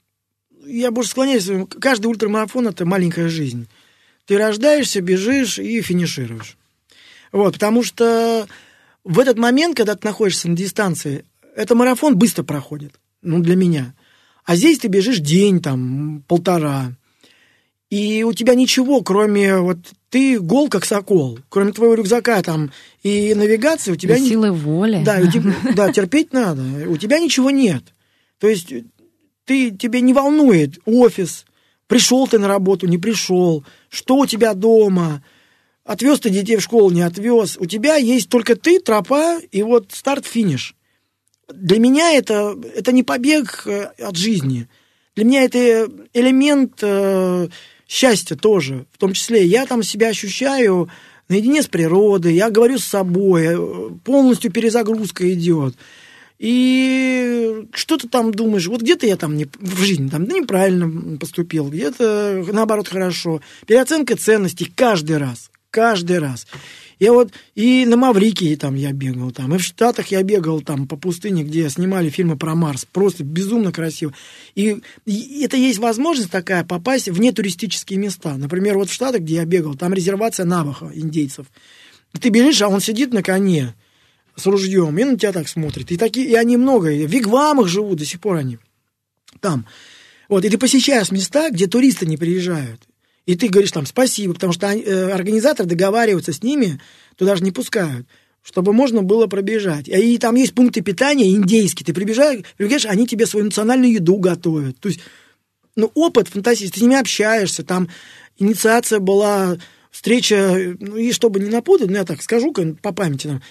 я больше склоняюсь, каждый ультрамарафон – это маленькая жизнь. Ты рождаешься, бежишь и финишируешь. Вот, потому что в этот момент, когда ты находишься на дистанции, это марафон быстро проходит, ну, для меня. А здесь ты бежишь день, там, полтора, и у тебя ничего, кроме, вот, ты гол, как сокол, кроме твоего рюкзака, там, и навигации у тебя... И силы воли. Да, тебя, да, терпеть надо, у тебя ничего нет. То есть ты, тебе не волнует офис, пришел ты на работу, не пришел, что у тебя дома, отвез ты детей в школу, не отвез. У тебя есть только ты, тропа, и вот старт-финиш. Для меня это, это не побег от жизни. Для меня это элемент э, счастья тоже. В том числе я там себя ощущаю наедине с природой, я говорю с собой, полностью перезагрузка идет. И что ты там думаешь, вот где-то я там не, в жизни там, да, неправильно поступил, где-то наоборот хорошо. Переоценка ценностей каждый раз, каждый раз. Я вот и на Маврикии там я бегал, там, и в Штатах я бегал там по пустыне, где снимали фильмы про Марс, просто безумно красиво. И, и это есть возможность такая попасть в нетуристические места. Например, вот в Штатах, где я бегал, там резервация Навахо, индейцев. И ты бежишь, а он сидит на коне с ружьем, и на тебя так смотрит. И, такие, и они много, и в вигвамах живут до сих пор они там. Вот, и ты посещаешь места, где туристы не приезжают. И ты говоришь там спасибо, потому что они, э, организаторы договариваются с ними, туда же не пускают, чтобы можно было пробежать. И там есть пункты питания индейские. Ты прибежаешь, прибегаешь, они тебе свою национальную еду готовят. То есть, ну, опыт фантастический. Ты с ними общаешься, там инициация была, встреча, ну, и чтобы не напутать, ну, я так скажу-ка по памяти, там,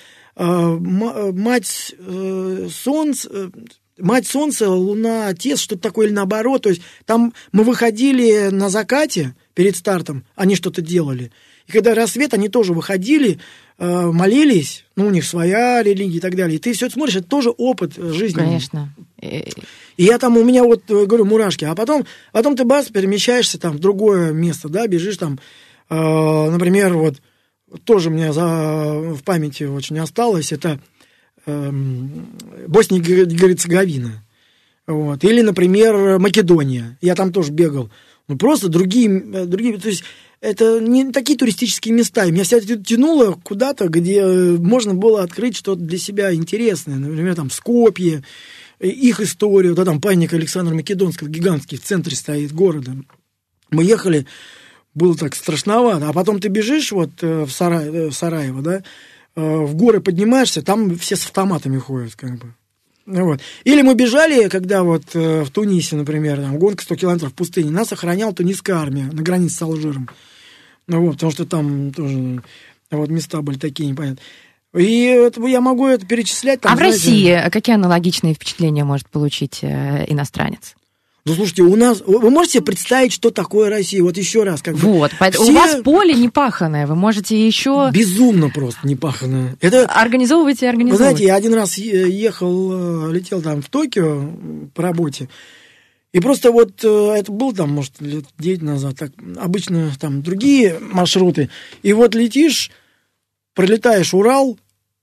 мать солнца, мать солнца, луна, отец, что-то такое, или наоборот. То есть там мы выходили на закате перед стартом, они что-то делали. И когда рассвет, они тоже выходили, молились, ну, у них своя религия и так далее. И ты все это смотришь, это тоже опыт жизни. Конечно. И я там, у меня вот, говорю, мурашки. А потом, потом ты, бас, перемещаешься там в другое место, да, бежишь там, например, вот, тоже у меня за, в памяти очень осталось, это э, Босния и Герцеговина. Вот. Или, например, Македония. Я там тоже бегал. Ну, просто другие, другие... То есть это не такие туристические места. И меня всегда тянуло куда-то, где можно было открыть что-то для себя интересное. Например, там Скопье, их историю. Да, там памятник Александра Македонского, гигантский, в центре стоит города. Мы ехали... Было так страшновато. А потом ты бежишь вот в, Сара... в Сараево, да, в горы поднимаешься, там все с автоматами ходят, как бы. Вот. Или мы бежали, когда вот в Тунисе, например, там, гонка сто километров в пустыне, нас охраняла тунисская армия на границе с Алжиром. Ну, вот, потому что там тоже вот, места были такие непонятные. И это, я могу это перечислять. Там, а в знаете... России какие аналогичные впечатления может получить э, иностранец? Ну, слушайте, у нас... Вы можете себе представить, что такое Россия? Вот еще раз. Как бы, вот, все... у вас поле не паханое, вы можете еще... Безумно просто не паханое. Это... Организовывайте и организовывайте. Вы знаете, я один раз ехал, летел там в Токио по работе, и просто вот это было там, может, лет девять назад, так, обычно там другие маршруты, и вот летишь, пролетаешь Урал,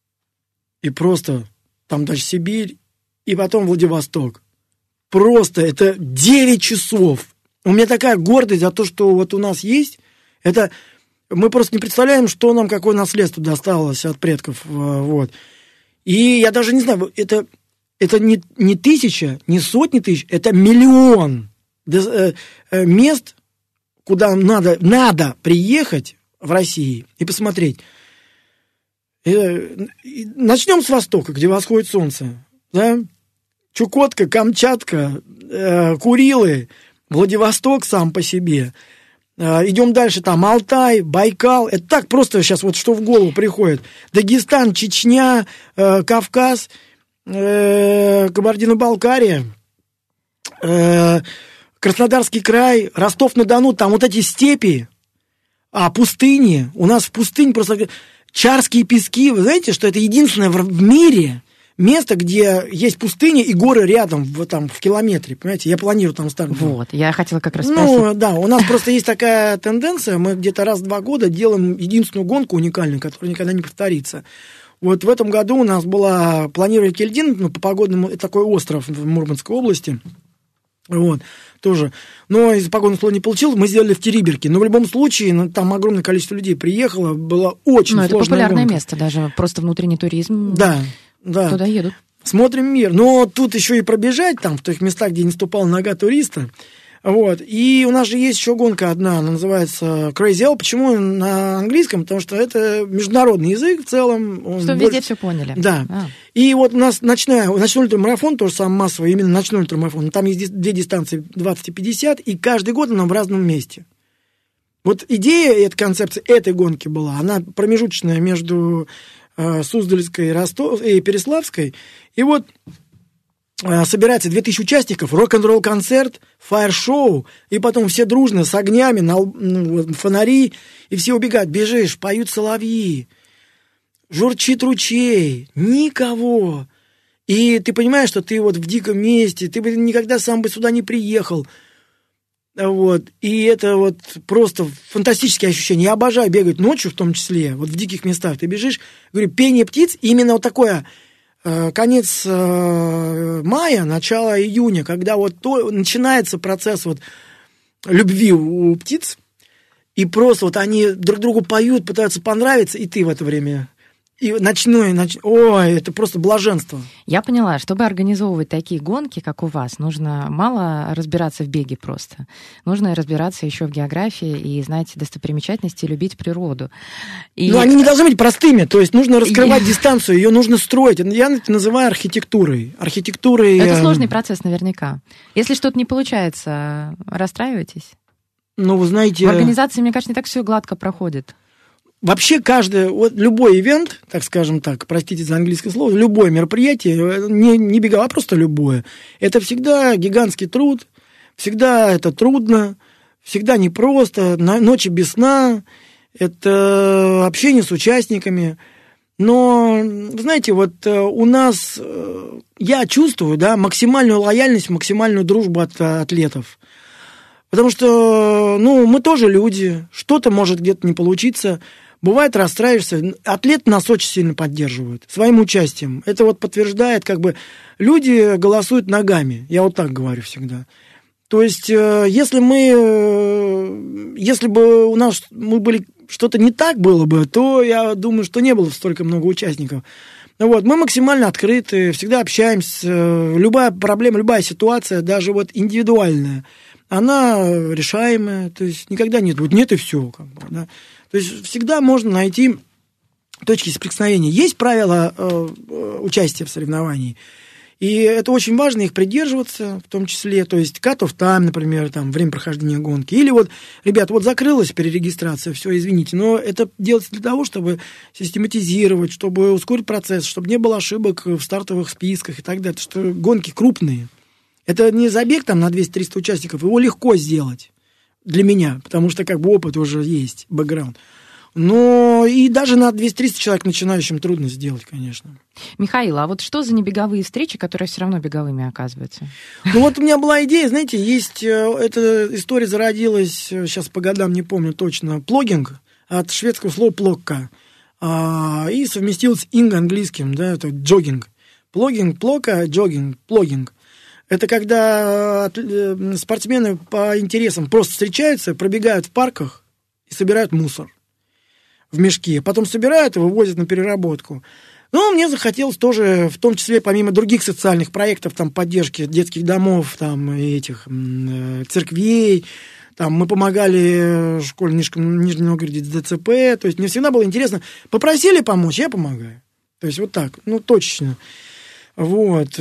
и просто там даже Сибирь, и потом Владивосток. Просто это девять часов. У меня такая гордость за то, что вот у нас есть. Это мы просто не представляем, что нам, какое наследство досталось от предков. Вот. И я даже не знаю, это, это не, не тысяча, не сотни тысяч, это миллион мест, куда надо, надо приехать в России и посмотреть. И начнем с востока, где восходит солнце. Да? Чукотка, Камчатка, э, Курилы, Владивосток сам по себе. Э, идем дальше, там Алтай, Байкал. Это так просто сейчас вот что в голову приходит. Дагестан, Чечня, э, Кавказ, э, Кабардино-Балкария, э, Краснодарский край, Ростов-на-Дону. Там вот эти степи, а пустыни. У нас в пустыне просто Чарские пески. Вы знаете, что это единственное в мире... место, где есть пустыня и горы рядом, в, там, в километре, понимаете? Я планирую там стартовать. Вот, я хотела как раз спросить. Ну, да, у нас просто есть такая тенденция, мы где-то раз в два года делаем единственную гонку уникальную, которая никогда не повторится. Вот в этом году у нас была, планировали Кельдин, ну, по погодному, это такой остров в Мурманской области, Вот, тоже. Но из-за погодных условий не получилось, мы сделали в Териберке. Но в любом случае, ну, там огромное количество людей приехало, было очень Но сложная это популярное гонка. место даже, просто внутренний туризм. Да, да. Туда едут. Смотрим мир. Но тут еще и пробежать там, в тех местах, где не ступала нога туриста. Вот. И у нас же есть еще гонка одна, она называется Crazy Owl. Почему на английском? Потому что это международный язык в целом. Что больше... везде все поняли. Да. А. И вот у нас ночная, ночной ультрамарафон, тоже самый массовый, именно ночной ультрамарафон. Там есть две дистанции, двадцать и пятьдесят, и каждый год она в разном месте. Вот идея этой концепции этой гонки была, она промежуточная между э, Суздальской Ростов... и Переславской. И вот собирается две тысячи участников, рок-н-ролл концерт, фаер-шоу, и потом все дружно с огнями, на, ну, фонари, и все убегают, бежишь, поют соловьи, журчит ручей, никого. И ты понимаешь, что ты вот в диком месте, ты бы никогда сам бы сюда не приехал. Вот. И это вот просто фантастические ощущения. Я обожаю бегать ночью в том числе, вот в диких местах. Ты бежишь, говорю, пение птиц, именно вот такое... конец мая, начало июня, когда вот то, начинается процесс вот любви у птиц, и просто вот они друг другу поют, пытаются понравиться, и ты в это время... И ночной, ноч... ой, это просто блаженство. Я поняла, чтобы организовывать такие гонки, как у вас, нужно мало разбираться в беге просто. Нужно разбираться еще в географии и знать достопримечательности, и любить природу. И... Но они не должны быть простыми, то есть нужно раскрывать дистанцию, ее нужно строить. Я это называю архитектурой. Архитектурой... Это сложный процесс наверняка. Если что-то не получается, расстраиваетесь? Ну, вы знаете... В организации, мне кажется, не так все гладко проходит. Вообще каждый, вот любой ивент, так скажем так, простите за английское слово, любое мероприятие, не, не беговое, а просто любое, это всегда гигантский труд, всегда это трудно, всегда непросто, ночи без сна, это общение с участниками. Но, знаете, вот у нас, я чувствую, да, максимальную лояльность, максимальную дружбу от атлетов. Потому что, ну, мы тоже люди, что-то может где-то не получиться. Бывает, расстраиваешься. Атлеты нас очень сильно поддерживают своим участием. Это вот подтверждает, как бы, люди голосуют ногами. Я вот так говорю всегда. То есть, если мы, если бы у нас мы были, что-то не так было бы, то я думаю, что не было столько много участников. Вот, мы максимально открыты, всегда общаемся. Любая проблема, любая ситуация, даже вот индивидуальная, она решаемая. То есть, никогда нет, вот нет и все, как бы, да. То есть всегда можно найти точки соприкосновения. Есть правила э, участия в соревновании, и это очень важно их придерживаться, в том числе, то есть cut-off time, например, там, время прохождения гонки. Или вот, ребят, вот закрылась перерегистрация, все, извините, но это делается для того, чтобы систематизировать, чтобы ускорить процесс, чтобы не было ошибок в стартовых списках и так далее, потому что гонки крупные. Это не забег там на двести-триста участников, его легко сделать. Для меня, потому что как бы опыт уже есть, бэкграунд. Но и даже на двести-триста человек начинающим трудно сделать, конечно. Михаил, а вот что за небеговые встречи, которые все равно беговыми оказываются? Ну вот у меня была идея, знаете, есть, эта история зародилась, сейчас по годам не помню точно, плогинг, от шведского слова плокка, и совместилось с инг английским, да, это джогинг. Плогинг, плока, джогинг, плогинг. Это когда спортсмены по интересам просто встречаются, пробегают в парках и собирают мусор в мешки. Потом собирают и вывозят на переработку. Но мне захотелось тоже, в том числе, помимо других социальных проектов, там, поддержки детских домов, там, и этих церквей, там, мы помогали школе в Нижнем Новгороде с ДЦП. То есть мне всегда было интересно. Попросили помочь, я помогаю. То есть вот так, ну, точечно. Вот.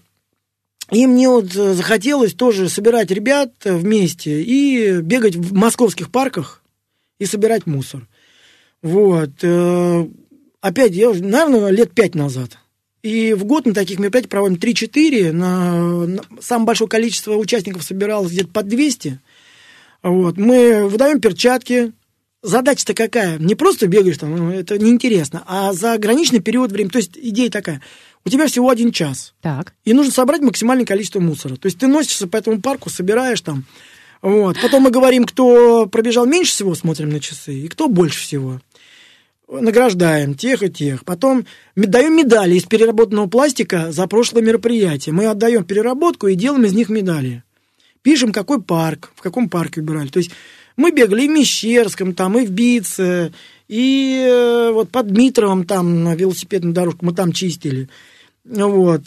И мне вот захотелось тоже собирать ребят вместе и бегать в московских парках и собирать мусор. Вот. Опять, я уже, наверное, лет пять назад. И в год на таких мероприятиях проводим три-четыре. На, на самое большое количество участников собиралось где-то под двести. Вот. Мы выдаем перчатки. Задача-то какая? Не просто бегаешь там, это неинтересно, а за ограниченный период времени. То есть идея такая. У тебя всего один час. Так. И нужно собрать максимальное количество мусора. То есть ты носишься по этому парку, собираешь там. Вот. Потом мы говорим, кто пробежал меньше всего, смотрим на часы, и кто больше всего. Награждаем тех и тех. Потом даем медали из переработанного пластика за прошлое мероприятие. Мы отдаем переработку и делаем из них медали. пишем, какой парк, в каком парке убирали. То есть мы бегали и в Мещерском, там, и в Бице, и э, вот под Дмитровым, там, на велосипедную дорожку, мы там чистили. Вот.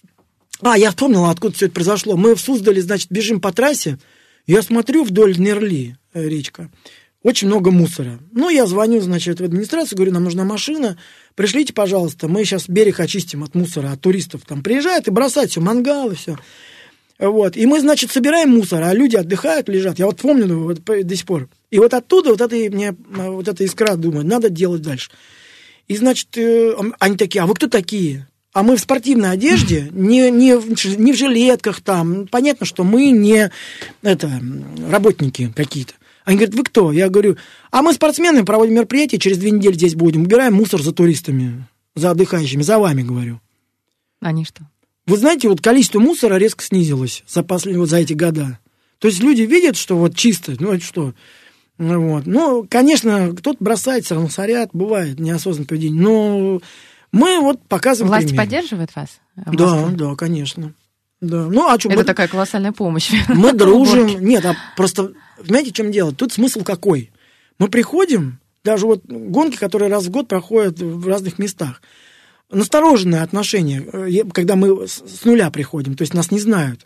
А, я вспомнил, откуда все это произошло. Мы в Суздале, значит, бежим по трассе, я смотрю вдоль Нерли, речка, очень много мусора. Ну, я звоню, значит, в администрацию, говорю, нам нужна машина, пришлите, пожалуйста, мы сейчас берег очистим от мусора, от туристов. Там приезжают и бросают все, мангалы, все. Вот. И мы, значит, собираем мусор, а люди отдыхают, лежат. Я вот помню вот, до сих пор. И вот оттуда вот, это, мне, вот эта искра, думаю, надо делать дальше. И, значит, они такие, а вы кто такие? А мы в спортивной одежде, не, не, не в жилетках там. Понятно, что мы не это, работники какие-то. Они говорят, вы кто? Я говорю, а мы спортсмены, проводим мероприятие, через две недели здесь будем, убираем мусор за туристами, за отдыхающими, за вами, говорю. Они что? Вы знаете, вот количество мусора резко снизилось за, последние, вот за эти года. То есть люди видят, что вот чисто, ну это что? Вот. Ну, конечно, кто-то бросает, все равно сорят, бывает неосознанное поведение, но мы вот показываем Власть пример. Поддерживает вас? Да, да, конечно. Да. Ну, а что, Это мы, такая колоссальная помощь. Мы дружим. Нет, а просто, знаете, в чем дело? Тут смысл какой? Мы приходим, даже вот гонки, которые раз в год проходят в разных местах, настороженное отношение, когда мы с нуля приходим, то есть нас не знают.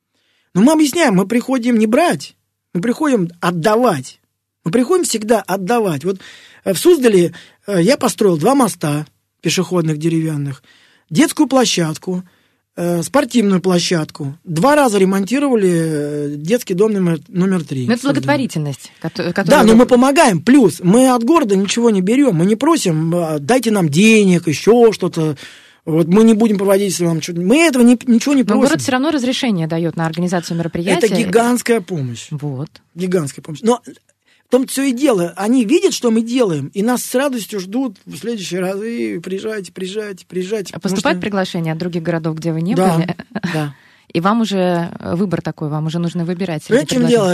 Но мы объясняем, мы приходим не брать, мы приходим отдавать. Мы приходим всегда отдавать. Вот в Суздале я построил два моста пешеходных деревянных, детскую площадку, спортивную площадку. Два раза ремонтировали детский дом номер, номер три. Но это благотворительность. Которая... Да, но мы помогаем. Плюс мы от города ничего не берем. Мы не просим, дайте нам денег, еще что-то. Вот мы не будем проводить, если вам что-то... Мы этого не, ничего не просим. Но город все равно разрешение дает на организацию мероприятия. Это гигантская помощь. Вот. Гигантская помощь. Но в том-то все и дело. Они видят, что мы делаем, и нас с радостью ждут в следующие разы. Приезжайте, приезжайте, приезжайте. А поступают что... приглашения от других городов, где вы не да, были? Да. И вам уже выбор такой, вам уже нужно выбирать. Понимаете, в чем дело?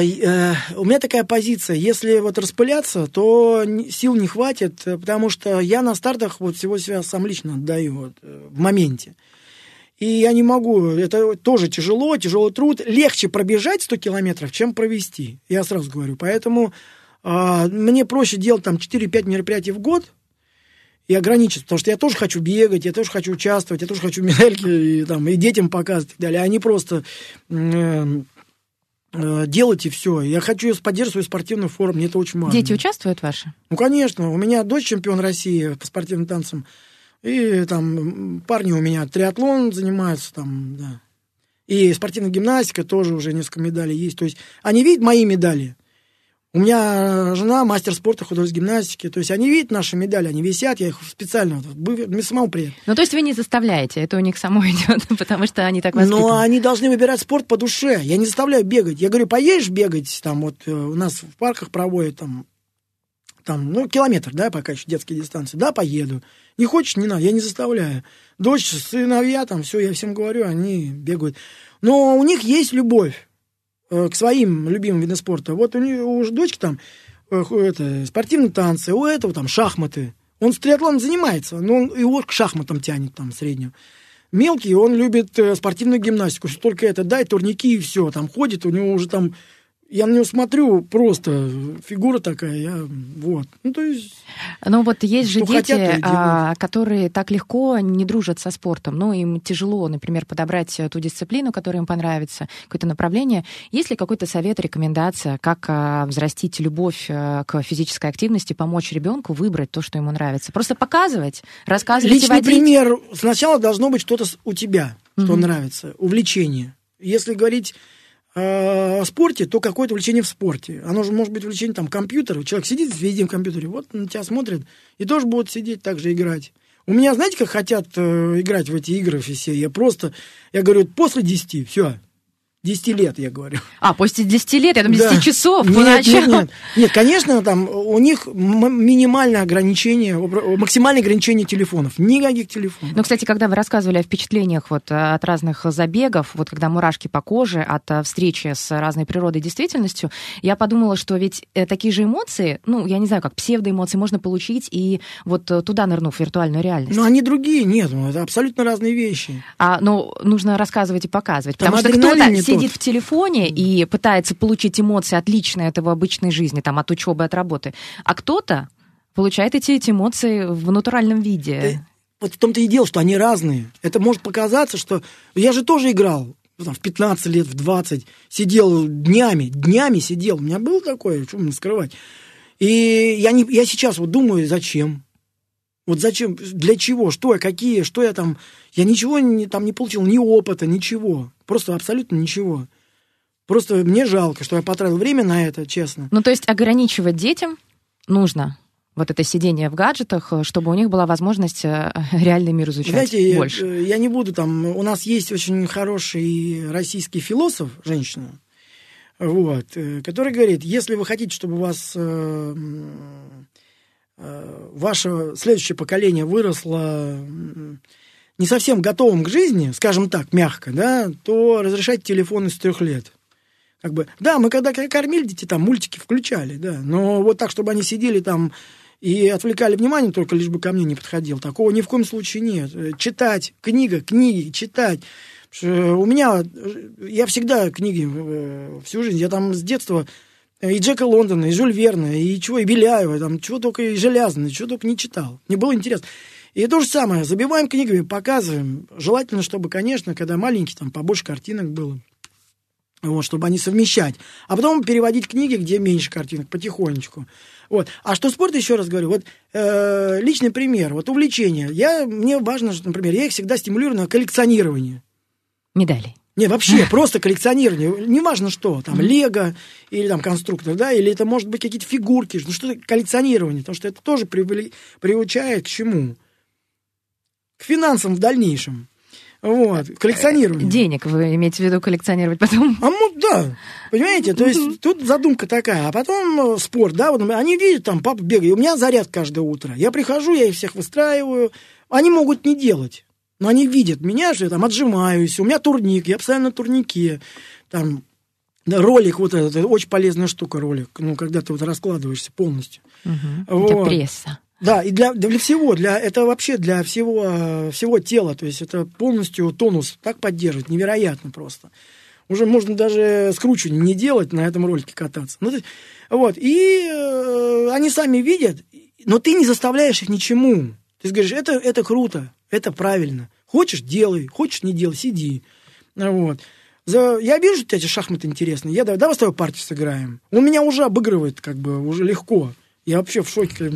У меня такая позиция. Если вот распыляться, то сил не хватит, потому что я на стартах вот всего себя сам лично отдаю вот, в моменте. И я не могу, это тоже тяжело, тяжелый труд. Легче пробежать сто километров, чем провести, я сразу говорю. Поэтому а, мне проще делать там четыре-пять мероприятий в год и ограничиться, потому что я тоже хочу бегать, я тоже хочу участвовать, я тоже хочу медальки и, там, и детям показывать и так далее, а не просто э, э, делать и все. Я хочу поддерживать свою спортивную форму, мне это очень важно. Дети участвуют ваши? Ну, конечно, у меня дочь чемпион России по спортивным танцам, и там парни у меня триатлон занимаются, там, да. И спортивная гимнастика тоже уже несколько медалей есть. То есть они видят мои медали. У меня жена мастер спорта художественной гимнастики. То есть они видят наши медали, они висят, я их специально, вот, мне самому приятно. Ну, то есть вы не заставляете, это у них само идет, потому что они так воспитаны. Но они должны выбирать спорт по душе. Я не заставляю бегать. Я говорю, поедешь бегать, там вот у нас в парках проводят там, там, ну, километр, да, пока еще детские дистанции. Да, поеду. Не хочешь, не надо, я не заставляю. Дочь, сыновья, там, все, я всем говорю, они бегают. Но у них есть любовь к своим любимым видам спорта. Вот у нее, у дочки там это, спортивные танцы, у этого там шахматы. Он с триатлоном занимается, но он его к шахматам тянет там среднюю. Мелкий, он любит спортивную гимнастику, что только это, дай турники и все, там ходит, у него уже там... Я на него смотрю, просто фигура такая, я, вот. Ну, то есть... Ну, вот есть же дети, хотят, а, которые так легко не дружат со спортом. Ну, им тяжело, например, подобрать ту дисциплину, которая им понравится, какое-то направление. Есть ли какой-то совет, рекомендация, как а, взрастить любовь а, к физической активности, помочь ребенку выбрать то, что ему нравится? Просто показывать, рассказывать, личный водить? пример. Сначала должно быть что-то у тебя, что Mm-hmm. нравится, увлечение. Если говорить о спорте, то какое-то увлечение в спорте. Оно же может быть увлечение там компьютера. Человек сидит везде в компьютере, вот на тебя смотрит, и тоже будут сидеть так же играть. У меня, знаете, как хотят э, играть в эти игры все? Я просто, я говорю, после десяти, все, десяти лет, я говорю. А, после десяти лет, я думаю, да. десяти часов нет, по ночам. Нет, нет. нет, конечно, там у них минимальное ограничение, максимальное ограничение телефонов. Никаких телефонов. Ну, кстати, когда вы рассказывали о впечатлениях вот от разных забегов, вот когда мурашки по коже, от встречи с разной природой и действительностью, я подумала, что ведь такие же эмоции, ну, я не знаю, как псевдоэмоции можно получить и вот туда нырнув в виртуальную реальность. Но они другие, нет, это абсолютно разные вещи. А, ну, нужно рассказывать и показывать, Там потому что кто-то сидит в телефоне и пытается получить эмоции, отличные от его обычной жизни, там, от учебы, от работы. А кто-то получает эти, эти эмоции в натуральном виде. Вот в том-то и дело, что они разные. Это может показаться, что... Я же тоже играл там, в пятнадцать лет, в двадцать. Сидел днями, днями сидел. У меня было такое, что мне скрывать. И я, не, я сейчас вот думаю, зачем? Вот зачем, для чего, что я, какие, что я там... Я ничего не, там не получил, ни опыта, ничего. Просто абсолютно ничего. Просто мне жалко, что я потратил время на это, честно. Ну, то есть ограничивать детям нужно вот это сидение в гаджетах, чтобы у них была возможность реальный мир изучать. Знаете, больше. Я, я не буду там... У нас есть очень хороший российский философ, женщина, вот, который говорит, если вы хотите, чтобы у вас... ваше следующее поколение выросло не совсем готовым к жизни, скажем так, мягко, да, то разрешайте телефоны с трех лет. Как бы, да, мы когда кормили детей, там мультики включали, да, но вот так, чтобы они сидели там и отвлекали внимание только, лишь бы ко мне не подходил, такого ни в коем случае нет. Читать, книга, книги, читать. У меня, я всегда книги всю жизнь, я там с детства... И Джека Лондона, и Жюль Верна, и чего, и Беляева, там, чего только, и Желязный, чего только не читал. Мне было интересно. И то же самое, забиваем книгами, показываем. Желательно, чтобы, конечно, когда маленький, там, побольше картинок было. Вот, чтобы они совмещать. А потом переводить книги, где меньше картинок, потихонечку. Вот. А что спорт, еще раз говорю, вот э, личный пример, вот увлечение. Я, мне важно, что, например, я их всегда стимулирую на коллекционирование. Медалей. Не, вообще, просто коллекционирование, неважно что, там, лего или там конструктор, да, или это может быть какие-то фигурки, ну что-то коллекционирование, потому что это тоже при, приучает к чему? К финансам в дальнейшем. Вот, коллекционирование. Денег вы имеете в виду коллекционировать потом? А, ну, да, понимаете, то есть тут задумка такая, а потом спорт, да, вот они видят, там, папа бегает, у меня заряд каждое утро, я прихожу, я их всех выстраиваю, они могут не делать. Но они видят меня, что я там отжимаюсь, у меня турник, я постоянно на турнике. Там ролик, вот этот, это очень полезная штука, ролик, ну, когда ты вот раскладываешься полностью. Угу. Вот. Для пресса. Да, и для, для всего, для, это вообще для всего, всего тела, то есть это полностью тонус так поддерживает, невероятно просто. Уже можно даже скручивание не делать, на этом ролике кататься. Ну, вот, и э, они сами видят, но ты не заставляешь их ничему. Ты говоришь, это, это круто. Это правильно. Хочешь – делай, хочешь – не делай, сиди. Вот. За... Я вижу, что эти шахматы интересные. Я, давай с тобой партию сыграем. Он меня уже обыгрывает, как бы, уже легко. Я вообще в шоке.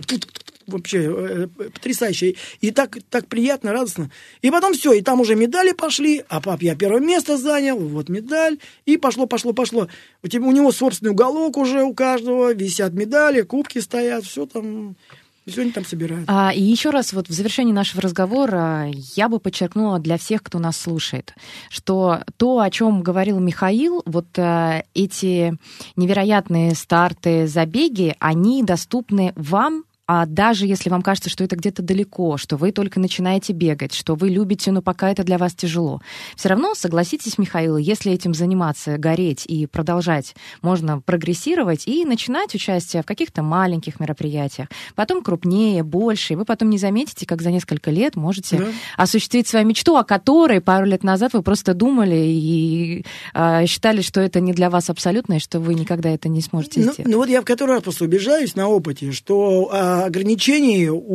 Вообще потрясающе. И так, так приятно, радостно. И потом все, и там уже медали пошли. А пап, я первое место занял. Вот медаль. И пошло, пошло, пошло. У, тебя, у него собственный уголок уже у каждого. Висят медали, кубки стоят. Все там... Все они там собирают. А, и еще раз вот в завершении нашего разговора я бы подчеркнула для всех, кто нас слушает, что то, о чем говорил Михаил, вот а, эти невероятные старты, забеги, они доступны вам. А даже если вам кажется, что это где-то далеко, что вы только начинаете бегать, что вы любите, но пока это для вас тяжело, все равно, согласитесь, Михаил, если этим заниматься, гореть и продолжать, можно прогрессировать и начинать участие в каких-то маленьких мероприятиях, потом крупнее, больше, и вы потом не заметите, как за несколько лет можете да. осуществить свою мечту, о которой пару лет назад вы просто думали и э, считали, что это не для вас абсолютно, и что вы никогда это не сможете ну, сделать. Ну вот я в который раз просто убеждаюсь на опыте, что... А, ограничений у,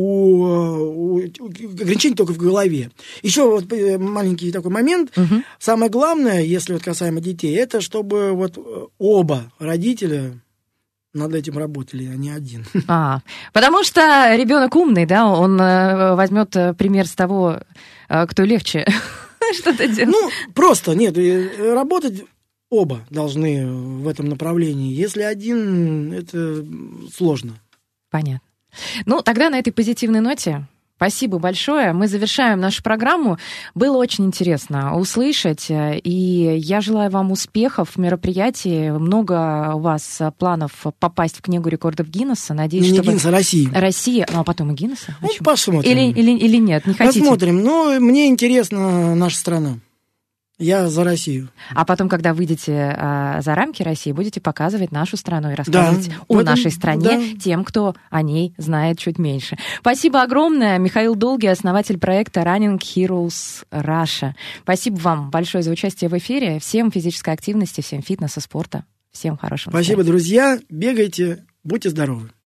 у ограничений только в голове. Еще вот маленький такой момент. Угу. Самое главное, если вот касаемо детей, это чтобы вот оба родителя над этим работали, а не один. А, потому что ребенок умный, да, он возьмет пример с того, кто легче что-то делает. Ну, просто, нет, работать оба должны в этом направлении. Если один, это сложно. Понятно. Ну, тогда на этой позитивной ноте спасибо большое. Мы завершаем нашу программу. Было очень интересно услышать, и я желаю вам успехов в мероприятии. Много у вас планов попасть в Книгу рекордов Гиннесса. Надеюсь, не что Гиннесса, вы... России. Россия, ну а потом и Гиннесса? Ну, посмотрим. Или, или, или нет, не хотите? Посмотрим. Но мне интересна наша страна. Я за Россию. А потом, когда выйдете а, за рамки России, будете показывать нашу страну и рассказывать да, о этом, нашей стране да. тем, кто о ней знает чуть меньше. Спасибо огромное. Михаил Долгий, основатель проекта Running Heroes Russia. Спасибо вам большое за участие в эфире. Всем физической активности, всем фитнеса, спорта. Всем хорошего настроения. Спасибо, друзья. Бегайте, будьте здоровы.